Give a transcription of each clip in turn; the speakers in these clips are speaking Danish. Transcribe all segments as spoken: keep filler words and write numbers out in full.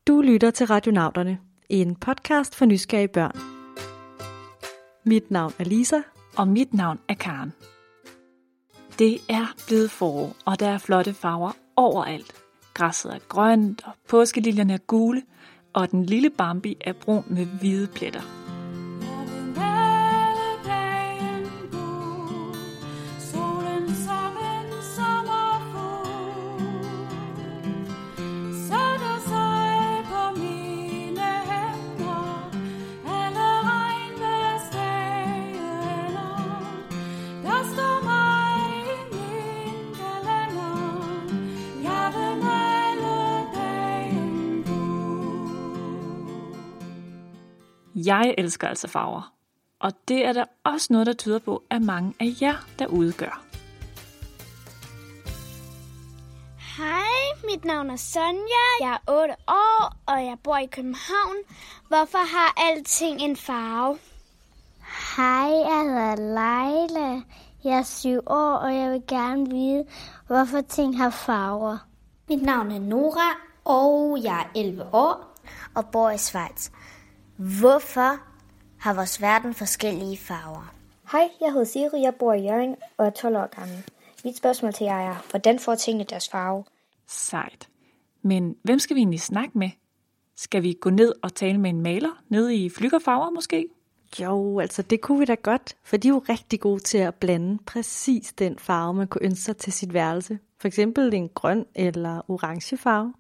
Du lytter til Radionauterne, en podcast for nysgerrige børn. Mit navn er Lisa. Og mit navn er Karen. Det er blevet forår, og der er flotte farver overalt. Græsset er grønt, og påskeliljerne er gule, og den lille Bambi er brun med hvide pletter. Jeg elsker altså farver, og det er der også noget, der tyder på, at mange af jer derude gør. Hej, mit navn er Sonja, jeg er otte år, og jeg bor i København. Hvorfor har alting en farve? Hej, jeg hedder Leila, jeg er syv år, og jeg vil gerne vide, hvorfor ting har farver. Mit navn er Nora, og jeg er elleve år og bor i Schweiz. Hvorfor har vores verden forskellige farver? Hej, jeg hedder Siri, jeg bor i Hjørring og er tolv år gammel. Mit spørgsmål til jer er, hvordan får tingene deres farve? Sejt. Men hvem skal vi egentlig snakke med? Skal vi gå ned og tale med en maler nede i Flyggerfarver måske? Jo, altså det kunne vi da godt, for de er jo rigtig gode til at blande præcis den farve, man kunne ønske sig til sit værelse. For eksempel en grøn eller orange farve.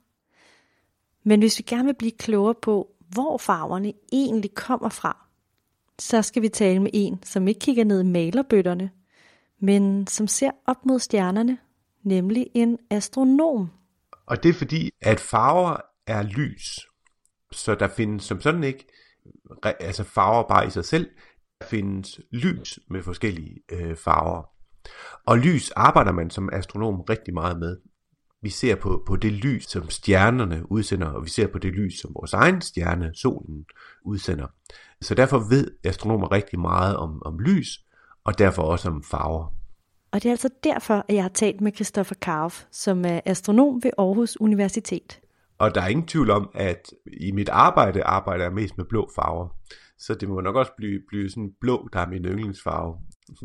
Men hvis vi gerne vil blive klogere på, hvor farverne egentlig kommer fra, så skal vi tale med en, som ikke kigger ned i malerbøtterne, men som ser op mod stjernerne, nemlig en astronom. Og det er fordi, at farver er lys, så der findes som sådan ikke altså farver bare i sig selv. Der findes lys med forskellige øh, farver. Og lys arbejder man som astronom rigtig meget med. Vi ser på, på det lys, som stjernerne udsender, og vi ser på det lys, som vores egen stjerne, solen, udsender. Så derfor ved astronomer rigtig meget om, om lys, og derfor også om farver. Og det er altså derfor, at jeg har talt med Christoffer Karoff, som er astronom ved Aarhus Universitet. Og der er ingen tvivl om, at i mit arbejde arbejder jeg mest med blå farver. Så det må nok også blive, blive sådan blå, der er min yndlingsfarve.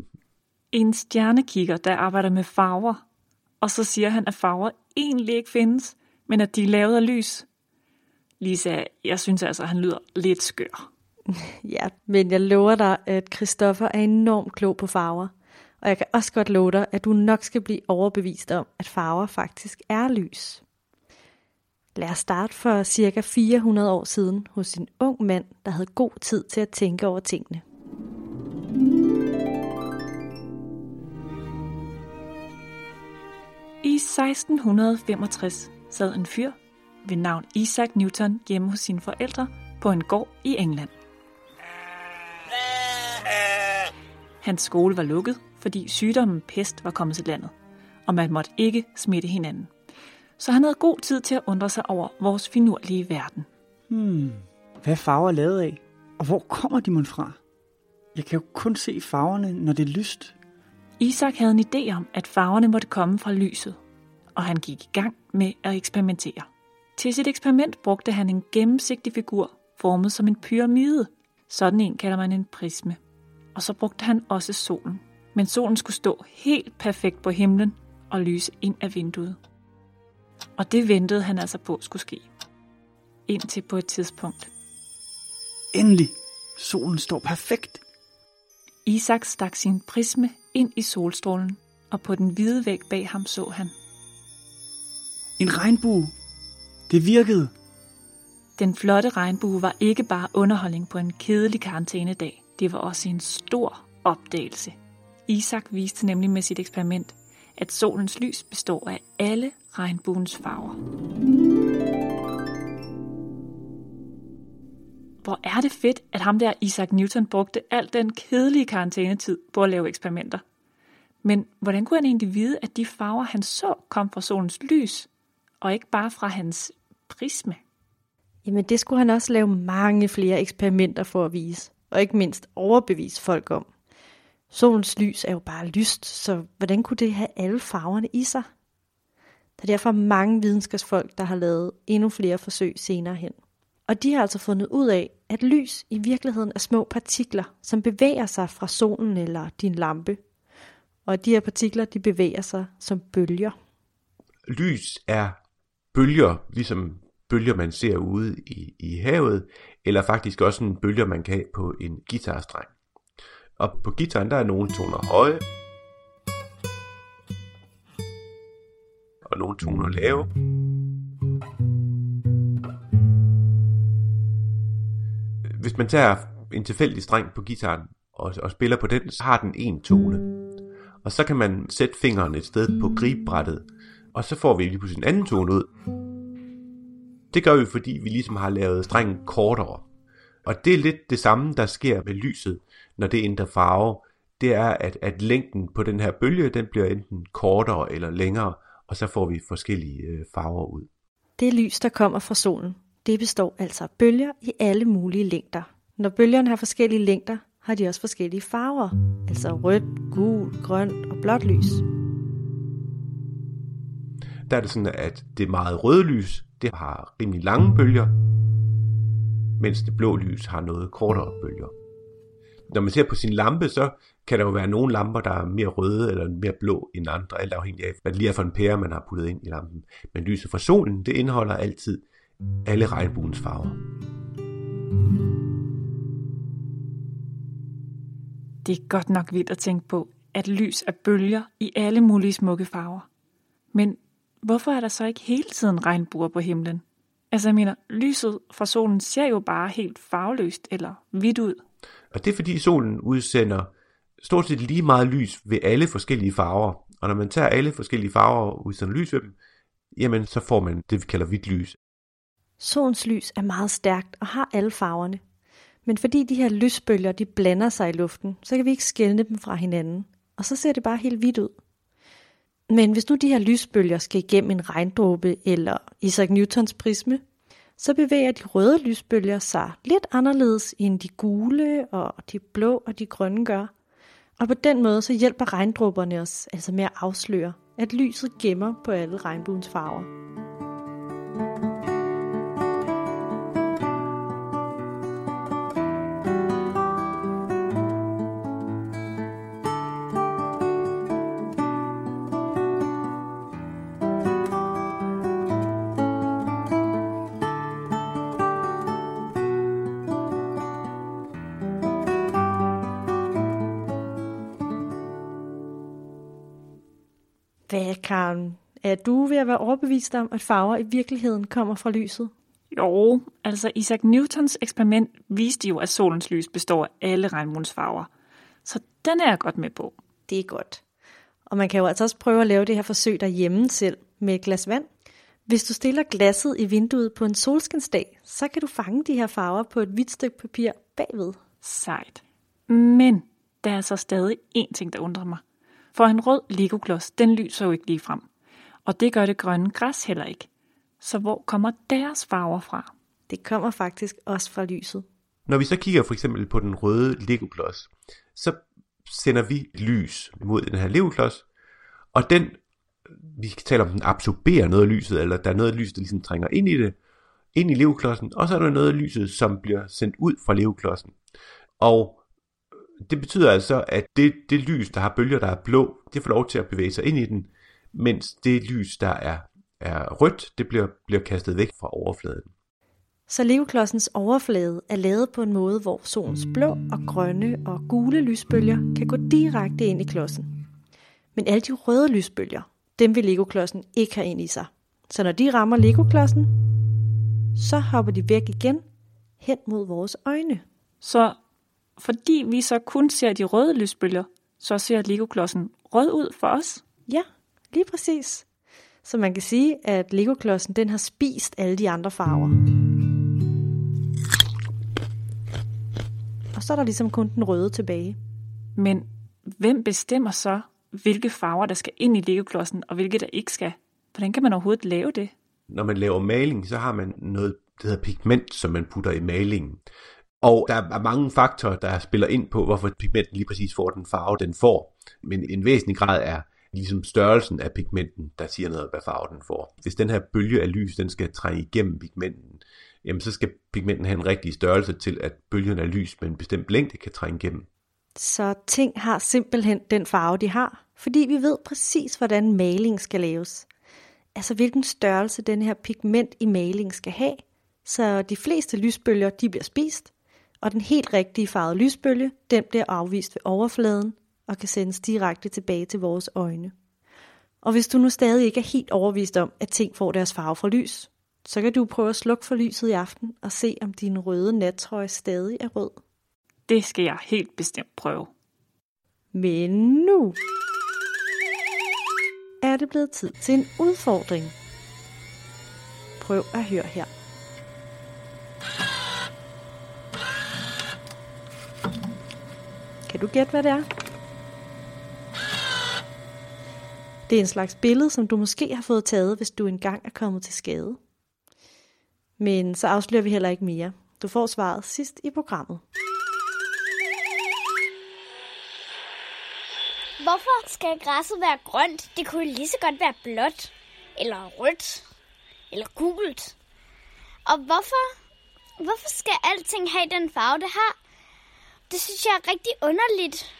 En stjernekigger, der arbejder med farver. Og så siger han, at farver egentlig ikke findes, men at de er lavet af lys. Lisa, jeg synes altså, at han lyder lidt skør. Ja, men jeg lover dig, at Christoffer er enormt klog på farver. Og jeg kan også godt love dig, at du nok skal blive overbevist om, at farver faktisk er lys. Lad os starte for cirka fire hundrede år siden hos en ung mand, der havde god tid til at tænke over tingene. I seksten femogtres sad en fyr ved navn Isaac Newton hjemme hos sine forældre på en gård i England. Hans skole var lukket, fordi sygdommen pest var kommet til landet, og man måtte ikke smitte hinanden. Så han havde god tid til at undre sig over vores finurlige verden. Hmm, hvad er farver lavet af? Og hvor kommer de mon fra? Jeg kan jo kun se farverne, når det er lyst. Isaac havde en idé om, at farverne måtte komme fra lyset, og han gik i gang med at eksperimentere. Til sit eksperiment brugte han en gennemsigtig figur, formet som en pyramide. Sådan en kalder man en prisme. Og så brugte han også solen. Men solen skulle stå helt perfekt på himlen og lyse ind af vinduet. Og det ventede han altså på skulle ske. Indtil på et tidspunkt. Endelig! Solen står perfekt! Isaac stak sin prisme ind i solstrålen, og på den hvide væg bag ham så han. En regnbue! Det virkede! Den flotte regnbue var ikke bare underholdning på en kedelig karantænedag. Det var også en stor opdagelse. Isaac viste nemlig med sit eksperiment, at solens lys består af alle regnbuens farver. Hvor er det fedt, at ham der Isaac Newton brugte al den kedelige karantænetid på at lave eksperimenter. Men hvordan kunne han egentlig vide, at de farver, han så, kom fra solens lys, og ikke bare fra hans prisme? Jamen det skulle han også lave mange flere eksperimenter for at vise, og ikke mindst overbevise folk om. Solens lys er jo bare lyst, så hvordan kunne det have alle farverne i sig? Der er derfor mange videnskabsfolk, der har lavet endnu flere forsøg senere hen. Og de har altså fundet ud af, at lys i virkeligheden er små partikler, som bevæger sig fra solen eller din lampe. Og de her partikler, de bevæger sig som bølger. Lys er bølger, ligesom bølger man ser ude i, i havet, eller faktisk også en bølger, man kan have på en guitarstreng. Og på guitaren, der er nogle toner høje, og nogle toner lave. Hvis man tager en tilfældig streng på guitaren og, og spiller på den, så har den en tone. Og så kan man sætte fingeren et sted på gribebrættet, og så får vi lige pludselig en anden tone ud. Det gør vi, fordi vi ligesom har lavet strengen kortere. Og det er lidt det samme, der sker med lyset, når det ændrer farve. Det er, at, at længden på den her bølge, den bliver enten kortere eller længere, og så får vi forskellige øh, farver ud. Det lys, der kommer fra solen, det består altså af bølger i alle mulige længder. Når bølgerne har forskellige længder, har de også forskellige farver, altså rødt, gul, grønt og blåt lys. Der er det sådan, at det meget røde lys, det har rimelig lange bølger, mens det blå lys har noget kortere bølger. Når man ser på sin lampe, så kan der jo være nogle lamper, der er mere røde eller mere blå end andre, alt afhængig af, hvad det lige er for en pære, man har puttet ind i lampen. Men lyset fra solen, det indeholder altid alle regnbuens farver. Det er godt nok vildt at tænke på, at lys er bølger i alle mulige smukke farver. Men hvorfor er der så ikke hele tiden regnbuer på himlen? Altså jeg mener, lyset fra solen ser jo bare helt farveløst eller hvidt ud. Og det er fordi solen udsender stort set lige meget lys ved alle forskellige farver. Og når man tager alle forskellige farver og udsender lys ved dem, jamen så får man det, vi kalder hvidt lys. Solens lys er meget stærkt og har alle farverne. Men fordi de her lysbølger, de blander sig i luften, så kan vi ikke skelne dem fra hinanden. Og så ser det bare helt hvidt ud. Men hvis nu de her lysbølger skal igennem en regndråbe eller Isaac Newtons prisme, så bevæger de røde lysbølger sig lidt anderledes end de gule og de blå og de grønne gør. Og på den måde så hjælper regndråberne os altså med at afsløre, at lyset gemmer på alle regnbuens farver. Hvad, Karen? Er du ved at være overbevist om, at farver i virkeligheden kommer fra lyset? Jo, altså Isaac Newtons eksperiment viste jo, at solens lys består af alle regnbuens farver. Så den er jeg godt med på. Det er godt. Og man kan jo altså også prøve at lave det her forsøg derhjemme selv med et glas vand. Hvis du stiller glasset i vinduet på en solskinsdag, så kan du fange de her farver på et hvidt stykke papir bagved. Sejt. Men der er så stadig én ting, der undrer mig. For en rød legoklods, den lyser jo ikke lige frem. Og det gør det grønne græs heller ikke. Så hvor kommer deres farver fra? Det kommer faktisk også fra lyset. Når vi så kigger for eksempel på den røde legoklods, så sender vi lys mod den her legoklods, og den, vi kan tale om, den absorberer noget af lyset, eller der er noget af lyset, der ligesom trænger ind i det, ind i legoklodsen, og så er der noget af lyset, som bliver sendt ud fra legoklodsen. Og det betyder altså, at det, det lys, der har bølger, der er blå, det får lov til at bevæge sig ind i den, mens det lys, der er, er rødt, det bliver, bliver kastet væk fra overfladen. Så legoklodsens overflade er lavet på en måde, hvor solens blå og grønne og gule lysbølger kan gå direkte ind i klodsen. Men alle de røde lysbølger, dem vil legoklodsen ikke have ind i sig. Så når de rammer legoklodsen, så hopper de væk igen hen mod vores øjne. Så fordi vi så kun ser de røde lysbølger, så ser legoklodsen rød ud for os? Ja, lige præcis. Så man kan sige, at legoklodsen den har spist alle de andre farver. Og så er der ligesom kun den røde tilbage. Men hvem bestemmer så, hvilke farver der skal ind i legoklodsen, og hvilke der ikke skal? Hvordan kan man overhovedet lave det? Når man laver maling, så har man noget, der hedder pigment, som man putter i malingen. Og der er mange faktorer, der spiller ind på, hvorfor pigmenten lige præcis får den farve, den får. Men en væsentlig grad er, ligesom størrelsen af pigmenten, der siger noget om, hvad farve den får. Hvis den her bølge af lys, den skal trænge igennem pigmenten, jamen så skal pigmenten have en rigtig størrelse til, at bølgen af lys med en bestemt længde kan trænge igennem. Så ting har simpelthen den farve, de har, fordi vi ved præcis, hvordan maling skal laves. Altså hvilken størrelse den her pigment i maling skal have, så de fleste lysbølger, de bliver spist, og den helt rigtige farvede lysbølge, den bliver afvist ved overfladen og kan sendes direkte tilbage til vores øjne. Og hvis du nu stadig ikke er helt overbevist om, at ting får deres farve fra lys, så kan du prøve at slukke for lyset i aften og se, om din røde nattrøje stadig er rød. Det skal jeg helt bestemt prøve. Men nu er det blevet tid til en udfordring. Prøv at høre her. Kan du gætte, hvad det er? Det er en slags billede, som du måske har fået taget, hvis du engang er kommet til skade. Men så afslører vi heller ikke mere. Du får svaret sidst i programmet. Hvorfor skal græsset være grønt? Det kunne lige så godt være blåt, eller rødt, eller gult. Og hvorfor, hvorfor skal alting have den farve, det har? Det synes jeg er rigtig underligt.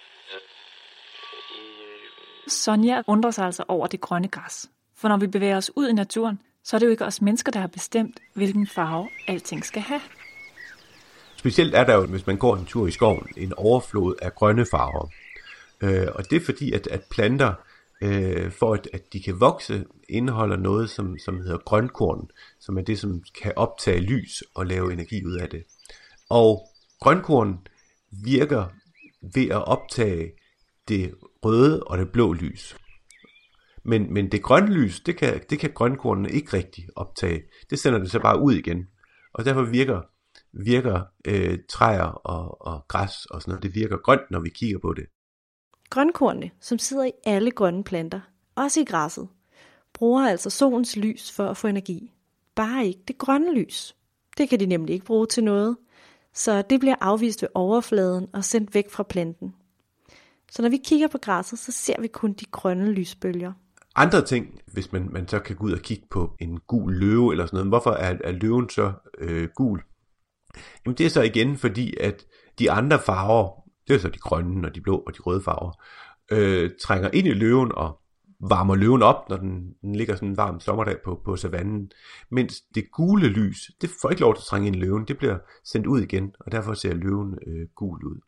Sonja undrer sig altså over det grønne græs. For når vi bevæger os ud i naturen, så er det jo ikke os mennesker, der har bestemt, hvilken farve alting skal have. Specielt er der jo, hvis man går en tur i skoven, en overflod af grønne farver. Øh, og det er fordi, at, at planter, øh, for at, at de kan vokse, indeholder noget, som, som hedder grønkorn, som er det, som kan optage lys og lave energi ud af det. Og grønkorn virker ved at optage det røde og det blå lys. Men, men det grønne lys, det kan, det kan grønkornene ikke rigtig optage. Det sender det så bare ud igen. Og derfor virker, virker øh, træer og, og græs og sådan noget, det virker grønt, når vi kigger på det. Grønkornene, som sidder i alle grønne planter, også i græsset, bruger altså solens lys for at få energi. Bare ikke det grønne lys. Det kan de nemlig ikke bruge til noget, så det bliver afvist ved overfladen og sendt væk fra planten. Så når vi kigger på græsset, så ser vi kun de grønne lysbølger. Andre ting, hvis man, man så kan gå ud og kigge på en gul løve eller sådan noget, hvorfor er, er løven så øh, gul? Jamen det er så igen fordi, at de andre farver, det er så de grønne og de blå og de røde farver, øh, trænger ind i løven og varmer løven op, når den, den ligger sådan en varm sommerdag på, på savannen. Mens det gule lys, det får ikke lov til at trænge ind i løven, det bliver sendt ud igen, og derfor ser løven øh, gul ud.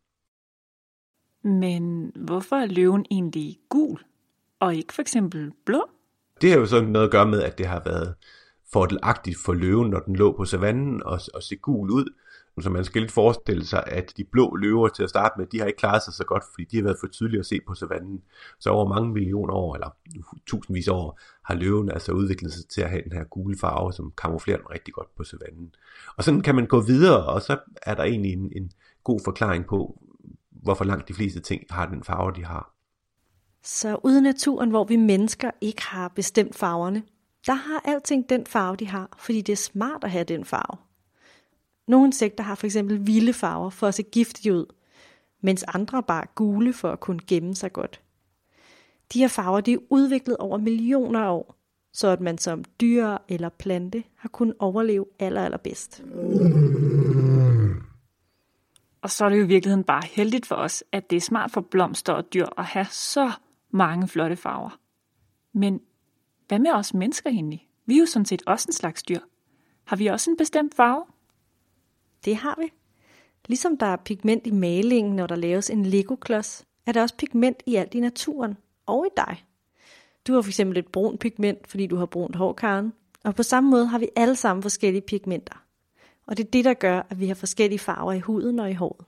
Men hvorfor er løven egentlig gul, og ikke for eksempel blå? Det har jo sådan noget at gøre med, at det har været fordelagtigt for løven, når den lå på savannen og, og se gul ud. Så man skal lidt forestille sig, at de blå løver til at starte med, de har ikke klaret sig så godt, fordi de har været for tydelige at se på savannen. Så over mange millioner år, eller tusindvis af år, har løven altså udviklet sig til at have den her gule farve, som kamuflerer den rigtig godt på savannen. Og sådan kan man gå videre, og så er der egentlig en, en god forklaring på, hvorfor langt de fleste ting har den farve, de har. Så ude i naturen, hvor vi mennesker ikke har bestemt farverne, der har alting den farve, de har, fordi det er smart at have den farve. Nogle insekter har for eksempel vilde farver for at se giftige ud, mens andre bare er gule for at kunne gemme sig godt. De her farver de er udviklet over millioner af år, så at man som dyr eller plante har kunnet overleve aller, allerbedst. Og så er det jo i virkeligheden bare heldigt for os, at det er smart for blomster og dyr at have så mange flotte farver. Men hvad med os mennesker egentlig? Vi er jo sådan set også en slags dyr. Har vi også en bestemt farve? Det har vi. Ligesom der er pigment i malingen, når der laves en Lego-klods, er der også pigment i alt i naturen og i dig. Du har for eksempel et brunt pigment, fordi du har brunt hår, Karen. Og på samme måde har vi alle sammen forskellige pigmenter. Og det er det, der gør, at vi har forskellige farver i huden og i håret.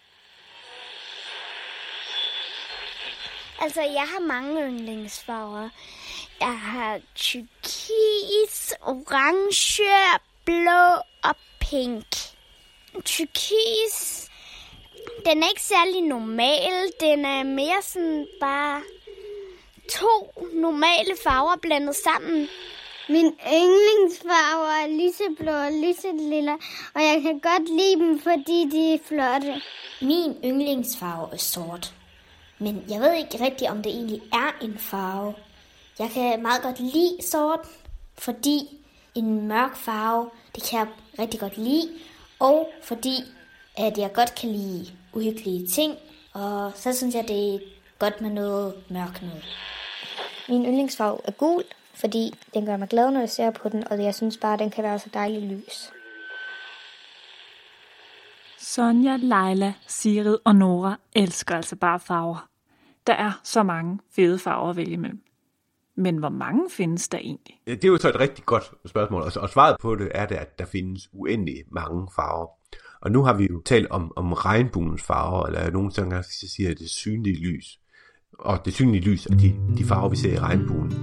Altså, jeg har mange yndlingsfarver. Jeg har turkis, orange, blå og pink. Turkis, den er ikke særlig normal. Den er mere sådan bare to normale farver blandet sammen. Min yndlingsfarver er lyseblå og lyselilla, og jeg kan godt lide dem, fordi de er flotte. Min yndlingsfarve er sort. Men jeg ved ikke rigtig, om det egentlig er en farve. Jeg kan meget godt lide sort, fordi en mørk farve, det kan jeg rigtig godt lide. Og fordi at jeg godt kan lide uhyggelige ting, og så synes jeg, det er godt med noget mørkt noget. Min yndlingsfarve er gul, fordi den gør mig glad, når jeg ser på den, og jeg synes bare, at den kan være så dejlig lys. Sonja, Leila, Sigrid og Nora elsker altså bare farver. Der er så mange fede farver at vælge imellem. Men hvor mange findes der egentlig? Det er jo så et rigtig godt spørgsmål, og svaret på det er det, at der findes uendelig mange farver. Og nu har vi jo talt om, om regnbuens farver, eller nogen gange siger, at det synlige lys. Og det synlige lys er de, de farver, vi ser i regnbuen.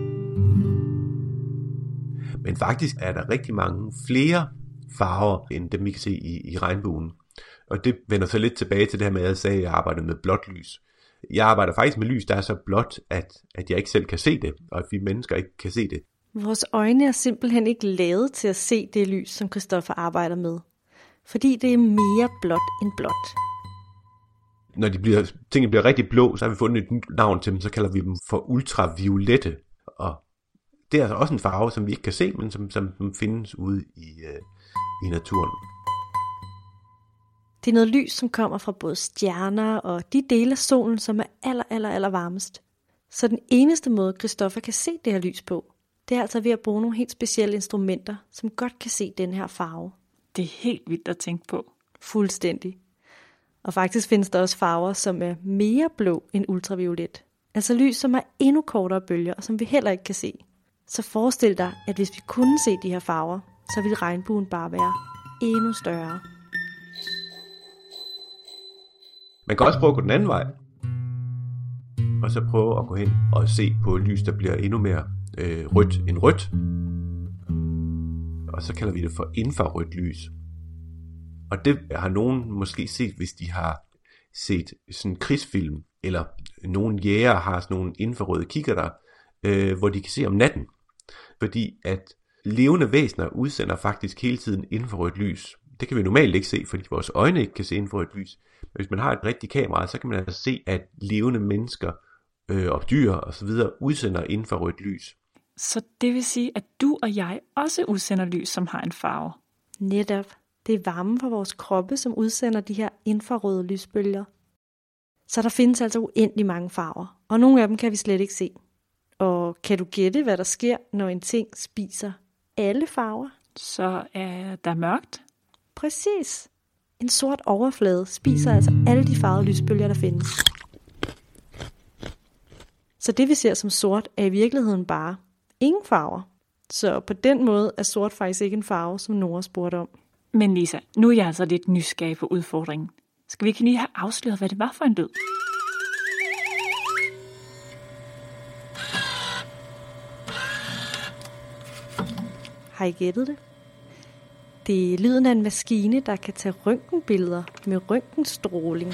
Men faktisk er der rigtig mange flere farver, end dem vi kan se i, i regnbuen. Og det vender så lidt tilbage til det her med, at jeg sagde, at jeg arbejder med blåt lys. Jeg arbejder faktisk med lys, der er så blåt, at, at jeg ikke selv kan se det, og at vi mennesker ikke kan se det. Vores øjne er simpelthen ikke lavet til at se det lys, som Christoffer arbejder med. Fordi det er mere blåt end blåt. Når de bliver, tingene bliver rigtig blå, så har vi fundet et nyt navn til dem, så kalder vi dem for ultraviolette. Og det er altså også en farve, som vi ikke kan se, men som, som findes ude i, øh, i naturen. Det er noget lys, som kommer fra både stjerner og de dele af solen, som er aller, aller, aller varmest. Så den eneste måde, Christoffer kan se det her lys på, det er altså ved at bruge nogle helt specielle instrumenter, som godt kan se den her farve. Det er helt vildt at tænke på. Fuldstændig. Og faktisk findes der også farver, som er mere blå end ultraviolet. Altså lys, som er endnu kortere bølger, og som vi heller ikke kan se. Så forestil dig, at hvis vi kunne se de her farver, så ville regnbuen bare være endnu større. Man kan også prøve at gå den anden vej. Og så prøve at gå hen og se på et lys, der bliver endnu mere øh, rødt end rødt. Og så kalder vi det for infrarødt lys. Og det har nogen måske set, hvis de har set sådan en krigsfilm, eller nogle jæger har sådan nogle infrarøde kikkerter, øh, hvor de kan se om natten. Fordi at levende væsener udsender faktisk hele tiden infrarødt lys. Det kan vi normalt ikke se, fordi vores øjne ikke kan se infrarødt lys. Men hvis man har et rigtigt kamera, så kan man altså se, at levende mennesker øh, og dyr og så videre udsender infrarødt lys. Så det vil sige, at du og jeg også udsender lys, som har en farve? Netop. Det er varmen fra vores kroppe, som udsender de her infrarøde lysbølger. Så der findes altså uendelig mange farver, og nogle af dem kan vi slet ikke se. Og kan du gætte, hvad der sker, når en ting spiser alle farver? Så er der mørkt? Præcis. En sort overflade spiser altså alle de farvede lysbølger, der findes. Så det vi ser som sort er i virkeligheden bare ingen farver. Så på den måde er sort faktisk ikke en farve, som Nora spurgte om. Men Lisa, nu er jeg altså lidt nysgerrig på udfordringen. Skal vi ikke lige have afsløret, hvad det var for en lyd? Har I gættet det? Det er lyden af en maskine, der kan tage røntgenbilleder med røntgenstråling.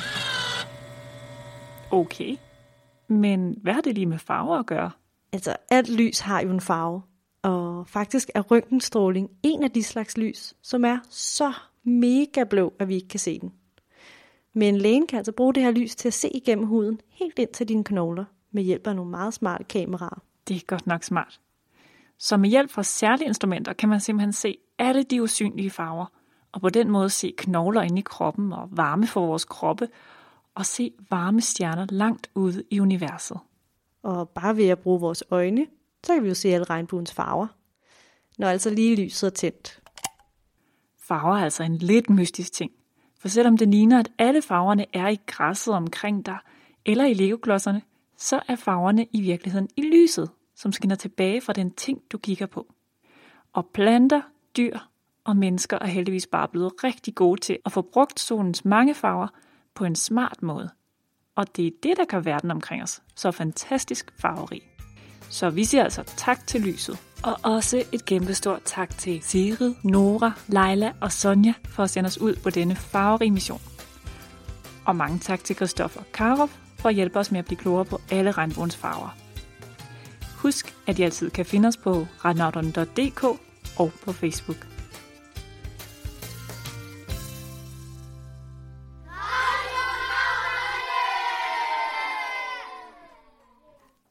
Okay, men hvad har det lige med farver at gøre? Altså, alt lys har jo en farve. Og faktisk er røntgenstråling en af de slags lys, som er så mega blå, at vi ikke kan se den. Men lægen kan altså bruge det her lys til at se igennem huden helt ind til dine knogler med hjælp af nogle meget smarte kameraer. Det er godt nok smart. Så med hjælp fra særlige instrumenter kan man simpelthen se alle de usynlige farver, og på den måde se knogler inde i kroppen og varme for vores kroppe, og se varme stjerner langt ude i universet. Og bare ved at bruge vores øjne, så kan vi jo se alle regnbuens farver, når altså lige lyset er tændt. Farver er altså en lidt mystisk ting, for selvom det ligner, at alle farverne er i græsset omkring dig, eller i legoklodserne, så er farverne i virkeligheden i lyset, som skinner tilbage fra den ting, du kigger på. Og planter, dyr og mennesker er heldigvis bare blevet rigtig gode til at få brugt solens mange farver på en smart måde. Og det er det, der gør verden omkring os så fantastisk farverig. Så vi siger altså tak til lyset. Og også et kæmpestort tak til Sigrid, Nora, Leila og Sonja for at sende os ud på denne farverige mission. Og mange tak til Christoffer Karoff for at hjælpe os med at blive klogere på alle regnbuens farver. Husk, at I altid kan finde os på radionauterne punktum d k og på Facebook.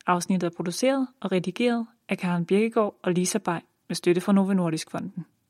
Afsnittet er produceret og redigeret af Karen Birkegaard og Lisa Bay med støtte fra Novo Nordisk Fonden.